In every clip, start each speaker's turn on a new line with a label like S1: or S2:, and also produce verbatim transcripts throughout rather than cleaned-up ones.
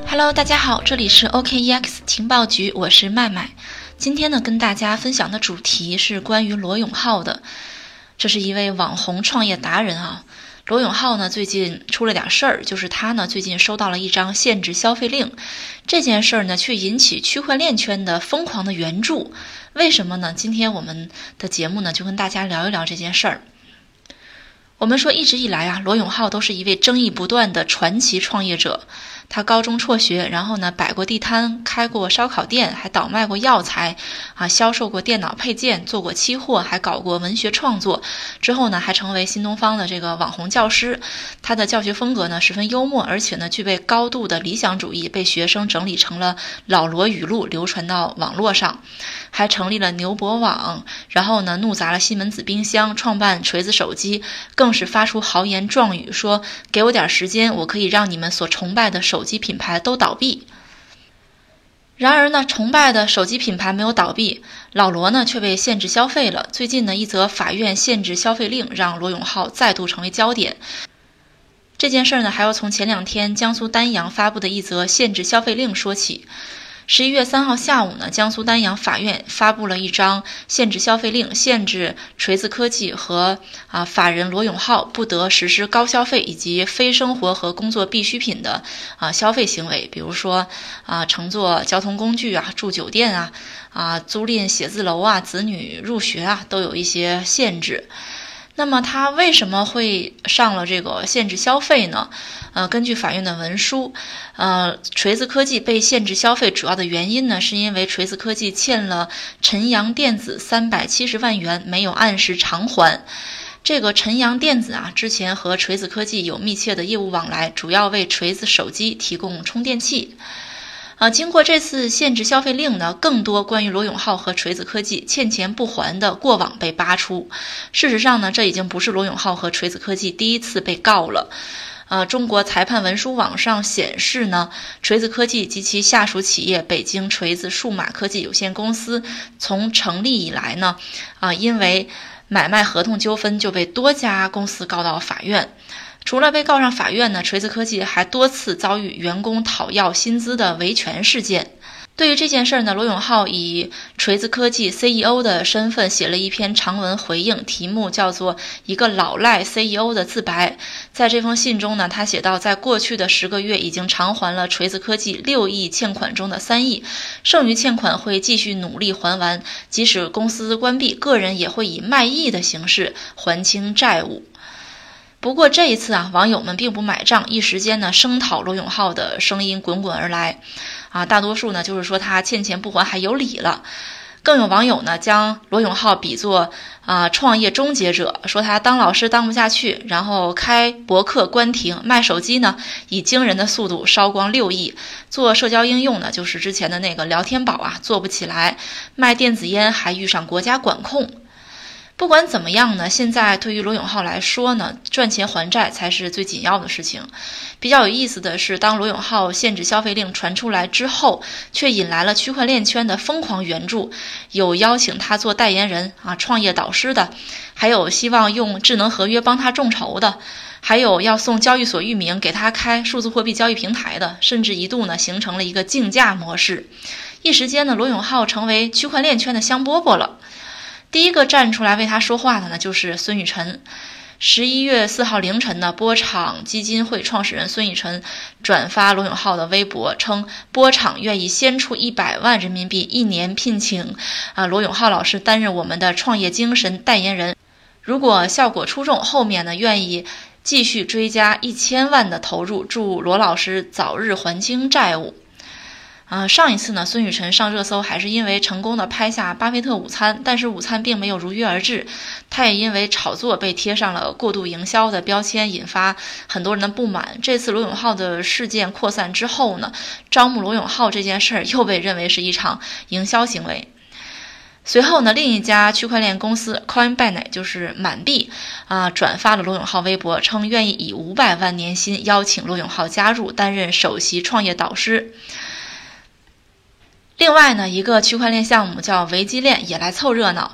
S1: Hello， 大家好，这里是 O K E X 情报局，我是麦麦。今天呢，跟大家分享的主题是关于罗永浩的。这是一位网红创业达人啊。罗永浩呢，最近出了点事儿，就是他呢最近收到了一张限制消费令。这件事儿呢，却引起区块链圈的疯狂的援助。为什么呢？今天我们的节目呢，就跟大家聊一聊这件事儿。我们说，一直以来啊，罗永浩都是一位争议不断的传奇创业者。他高中辍学，然后呢摆过地摊，开过烧烤店，还倒卖过药材啊，销售过电脑配件，做过期货，还搞过文学创作。之后呢，还成为新东方的这个网红教师。他的教学风格呢十分幽默，而且呢具备高度的理想主义，被学生整理成了老罗语录，流传到网络上。还成立了牛博网，然后呢怒砸了西门子冰箱，创办锤子手机，更是发出豪言壮语，说给我点时间，我可以让你们所崇拜的手机品牌都倒闭。然而呢，崇拜的手机品牌没有倒闭，老罗呢却被限制消费了。最近呢，一则法院限制消费令让罗永浩再度成为焦点。这件事呢，还要从前两天江苏丹阳发布的一则限制消费令说起。十一月三号下午呢，江苏丹阳法院发布了一张限制消费令，限制锤子科技和啊法人罗永浩不得实施高消费以及非生活和工作必需品的啊消费行为，比如说啊乘坐交通工具啊、住酒店啊、啊租赁写字楼啊、子女入学啊，都有一些限制。那么他为什么会上了这个限制消费呢？呃，根据法院的文书，呃，锤子科技被限制消费主要的原因呢，是因为锤子科技欠了晨阳电子三百七十万元，没有按时偿还。这个晨阳电子啊，之前和锤子科技有密切的业务往来，主要为锤子手机提供充电器。啊，经过这次限制消费令呢，更多关于罗永浩和锤子科技欠钱不还的过往被扒出。事实上呢，这已经不是罗永浩和锤子科技第一次被告了。呃，中国裁判文书网上显示呢，锤子科技及其下属企业北京锤子数码科技有限公司从成立以来呢，啊，因为买卖合同纠纷就被多家公司告到法院。除了被告上法院呢，锤子科技还多次遭遇员工讨要薪资的维权事件。对于这件事呢，罗永浩以锤子科技 C E O 的身份写了一篇长文回应，题目叫做一个老赖 C E O 的自白。在这封信中呢，他写道，在过去的十个月已经偿还了锤子科技六亿欠款中的三亿，剩余欠款会继续努力还完，即使公司关闭，个人也会以卖艺的形式还清债务。不过这一次啊，网友们并不买账，一时间呢，声讨罗永浩的声音滚滚而来。啊，大多数呢就是说他欠钱不还还有理了。更有网友呢将罗永浩比作啊创业终结者，说他当老师当不下去，然后开博客关停，卖手机呢以惊人的速度烧光六亿，做社交应用呢就是之前的那个聊天宝啊做不起来，卖电子烟还遇上国家管控。不管怎么样呢，现在对于罗永浩来说呢，赚钱还债才是最紧要的事情。比较有意思的是，当罗永浩限制消费令传出来之后，却引来了区块链圈的疯狂援助，有邀请他做代言人啊、创业导师的，还有希望用智能合约帮他众筹的，还有要送交易所域名给他开数字货币交易平台的，甚至一度呢形成了一个竞价模式。一时间呢，罗永浩成为区块链圈的香饽饽了。第一个站出来为他说话的呢，就是孙宇晨。十一月四号凌晨呢，波场基金会创始人孙宇晨转发罗永浩的微博，称波场愿意先出一百万人民币，一年聘请啊罗永浩老师担任我们的创业精神代言人。如果效果出众，后面呢愿意继续追加一千万的投入，祝罗老师早日还清债务。呃，上一次呢，孙宇晨上热搜还是因为成功的拍下巴菲特午餐，但是午餐并没有如约而至，他也因为炒作被贴上了过度营销的标签，引发很多人的不满。这次罗永浩的事件扩散之后呢，招募罗永浩这件事儿又被认为是一场营销行为。随后呢，另一家区块链公司 Coinbase 就是满币啊，转发了罗永浩微博，称愿意以五百万年薪邀请罗永浩加入，担任首席创业导师。另外呢，一个区块链项目叫维基链也来凑热闹。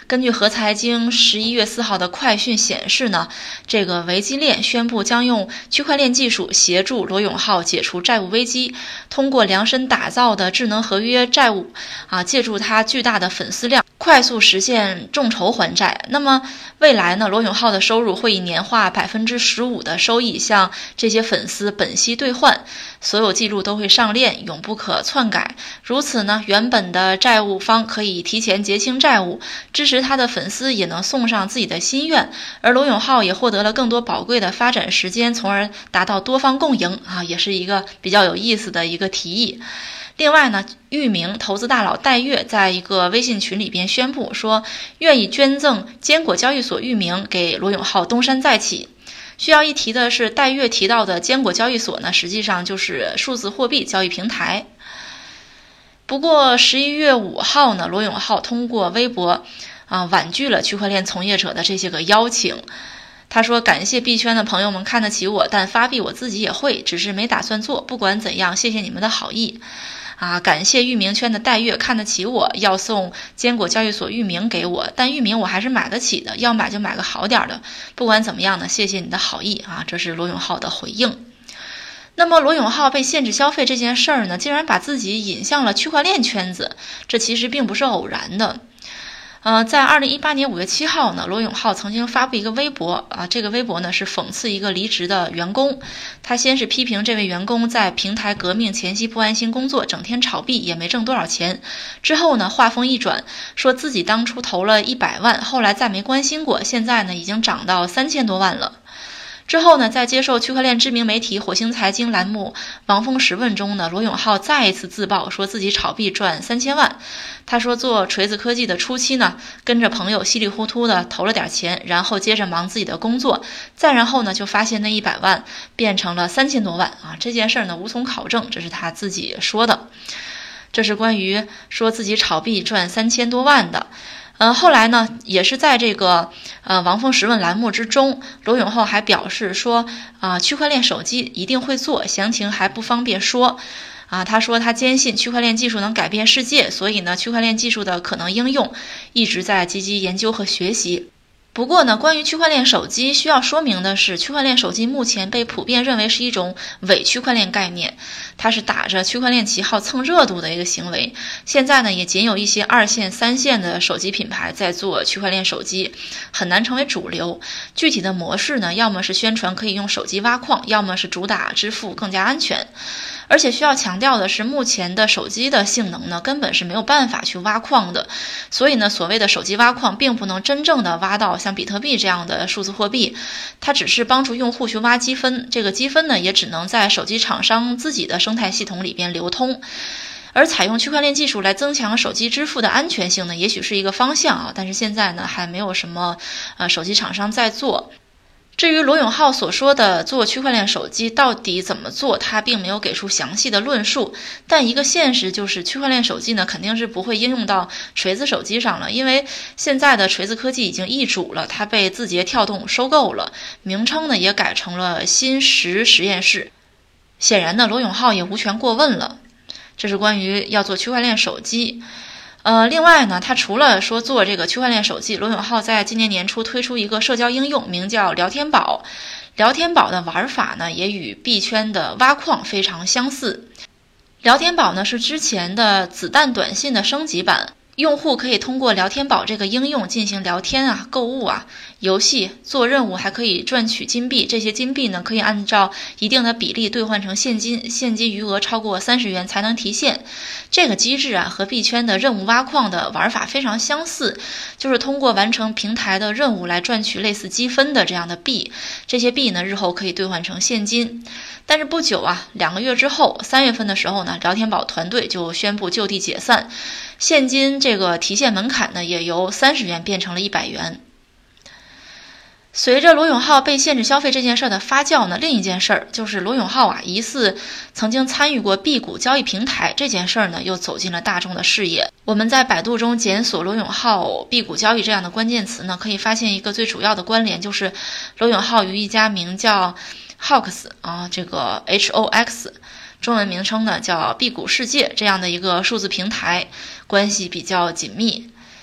S1: 根据和财经十一月四号的快讯显示呢，这个维基链宣布将用区块链技术协助罗永浩解除债务危机，通过量身打造的智能合约债务啊，借助他巨大的粉丝量，快速实现众筹还债。那么未来呢，罗永浩的收入会以年化百分之十五的收益向这些粉丝本息兑换，所有记录都会上链，永不可篡改。如此呢，原本的债务方可以提前结清债务，支持他的粉丝也能送上自己的心愿，而罗永浩也获得了更多宝贵的发展时间，从而达到多方共赢啊，也是一个比较有意思的一个提议。另外呢，域名投资大佬戴月在一个微信群里边宣布说，愿意捐赠坚果交易所域名给罗永浩东山再起。需要一提的是，戴月提到的坚果交易所呢，实际上就是数字货币交易平台。不过十一月五号呢，罗永浩通过微博啊婉拒了区块链从业者的这些个邀请。他说，感谢币圈的朋友们看得起我，但发币我自己也会，只是没打算做。不管怎样，谢谢你们的好意啊！感谢域名圈的戴月看得起我，要送坚果交易所域名给我，但域名我还是买得起的，要买就买个好点的。不管怎么样呢，谢谢你的好意啊！这是罗永浩的回应。那么罗永浩被限制消费这件事儿呢，竟然把自己引向了区块链圈子，这其实并不是偶然的。呃，在二零一八年五月七号呢，罗永浩曾经发布一个微博啊，这个微博呢是讽刺一个离职的员工。他先是批评这位员工在平台革命前夕不安心工作，整天炒币也没挣多少钱。之后呢，话锋一转，说自己当初投了一百万，后来再没关心过，现在呢已经涨到三千多万了。之后呢，在接受区块链知名媒体火星财经栏目王峰时问中呢，罗永浩再一次自曝说自己炒币赚三千万。他说做锤子科技的初期呢，跟着朋友稀里糊涂的投了点钱，然后接着忙自己的工作，再然后呢就发现那一百万变成了三千多万啊！这件事呢无从考证，这是他自己说的。这是关于说自己炒币赚三千多万的。呃，后来呢，也是在这个呃王峰时问栏目之中，罗永浩还表示说，啊、呃，区块链手机一定会做，详情还不方便说。啊，他说他坚信区块链技术能改变世界，所以呢，区块链技术的可能应用一直在积极研究和学习。不过呢，关于区块链手机需要说明的是，区块链手机目前被普遍认为是一种伪区块链概念，它是打着区块链旗号蹭热度的一个行为。现在呢，也仅有一些二线、三线的手机品牌在做区块链手机，很难成为主流。具体的模式呢，要么是宣传可以用手机挖矿，要么是主打支付更加安全。而且需要强调的是，目前的手机的性能呢，根本是没有办法去挖矿的。所以呢，所谓的手机挖矿，并不能真正的挖到像比特币这样的数字货币，它只是帮助用户去挖积分。这个积分呢，也只能在手机厂商自己的生态系统里边流通。而采用区块链技术来增强手机支付的安全性呢，也许是一个方向啊，但是现在呢，还没有什么呃手机厂商在做。至于罗永浩所说的做区块链手机到底怎么做，他并没有给出详细的论述。但一个现实就是，区块链手机呢肯定是不会应用到锤子手机上了，因为现在的锤子科技已经易主了，它被字节跳动收购了，名称呢也改成了新石实验室。显然呢，罗永浩也无权过问了。这是关于要做区块链手机。呃，另外呢，他除了说做这个区块链手机，罗永浩在今年年初推出一个社交应用，名叫聊天宝。聊天宝的玩法呢，也与币圈的挖矿非常相似。聊天宝呢是之前的子弹短信的升级版，用户可以通过聊天宝这个应用进行聊天啊、购物啊、游戏、做任务，还可以赚取金币。这些金币呢，可以按照一定的比例兑换成现金，现金余额超过三十元才能提现。这个机制啊，和币圈的任务挖矿的玩法非常相似，就是通过完成平台的任务来赚取类似积分的这样的币。这些币呢，日后可以兑换成现金。但是不久啊，两个月之后，三月份的时候呢，聊天宝团队就宣布就地解散，现金这个提现门槛呢，也由三十元变成了一百元。随着罗永浩被限制消费这件事的发酵呢，另一件事儿就是罗永浩啊疑似曾经参与过币股交易平台这件事儿呢，又走进了大众的视野。我们在百度中检索罗永浩币股交易这样的关键词呢，可以发现一个最主要的关联，就是罗永浩与一家名叫 Hox 啊，这个 H O X 中文名称呢叫币股世界这样的一个数字平台关系比较紧密。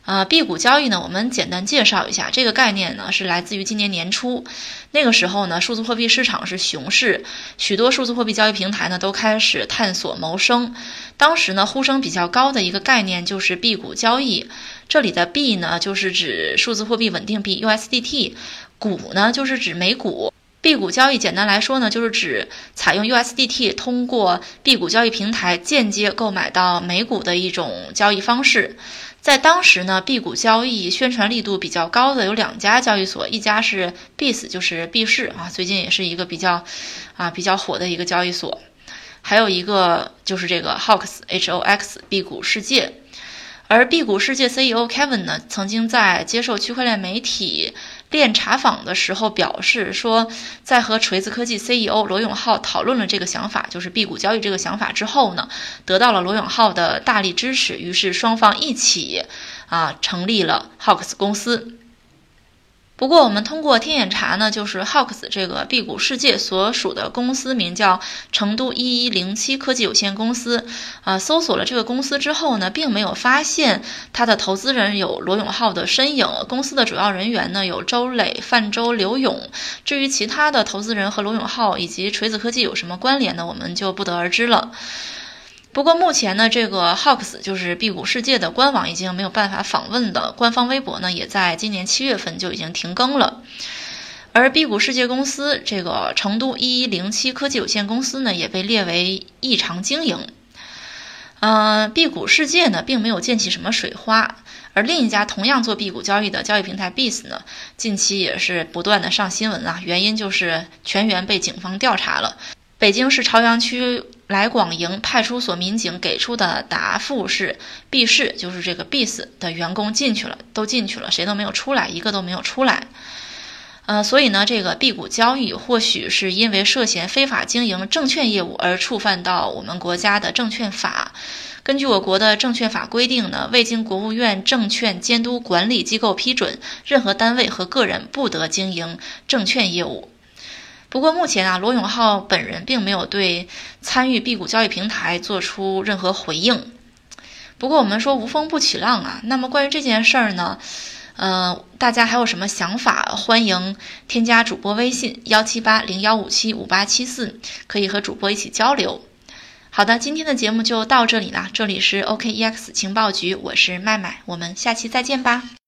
S1: 呃，B 股交易呢，我们简单介绍一下，这个概念呢是来自于今年年初，那个时候呢，数字货币市场是熊市，许多数字货币交易平台呢都开始探索谋生。当时呢，呼声比较高的一个概念就是 B 股交易，这里的 B 呢就是指数字货币稳定币 U S D T， 股呢就是指美股。B 股交易简单来说呢，就是指采用 U S D T 通过 B 股交易平台间接购买到美股的一种交易方式。在当时呢 ，B 股交易宣传力度比较高的有两家交易所，一家是 B I S， 就是币市啊，最近也是一个比较啊比较火的一个交易所，还有一个就是这个 H O X H O X B 股世界。而 B 股世界 C E O Kevin 呢，曾经在接受区块链媒体链查访的时候表示说，在和锤子科技 C E O 罗永浩讨论了这个想法，就是 B 股交易这个想法之后呢，得到了罗永浩的大力支持，于是双方一起啊成立了 H O X 公司。不过我们通过天眼查呢，就是 H O X 这个 B 股世界所属的公司名叫成都一一零七科技有限公司，呃，搜索了这个公司之后呢，并没有发现它的投资人有罗永浩的身影，公司的主要人员呢有周磊、范周、刘勇。至于其他的投资人和罗永浩以及锤子科技有什么关联呢，我们就不得而知了。不过目前呢，这个 H O X 就是 B 股世界的官网已经没有办法访问的，官方微博呢也在今年七月份就已经停更了。而 B 股世界公司这个成都一一零七科技有限公司呢，也被列为异常经营。呃 ，B 股世界呢并没有溅起什么水花，而另一家同样做 B 股交易的交易平台 B I S 呢，近期也是不断的上新闻啊，原因就是全员被警方调查了。北京市朝阳区来广营派出所民警给出的答复是 ，B 市就是这个 B I S 的员工进去了，都进去了，谁都没有出来，一个都没有出来。呃，所以呢，这个 B 股交易或许是因为涉嫌非法经营证券业务而触犯到我们国家的证券法。根据我国的证券法规定呢，未经国务院证券监督管理机构批准，任何单位和个人不得经营证券业务。不过目前啊，罗永浩本人并没有对参与 B 股交易平台做出任何回应。不过我们说无风不起浪啊，那么关于这件事儿呢，呃，大家还有什么想法？欢迎添加主播微信幺七八零幺五七五八七四，可以和主播一起交流。好的，今天的节目就到这里啦，这里是 O K E X 情报局，我是麦麦，我们下期再见吧。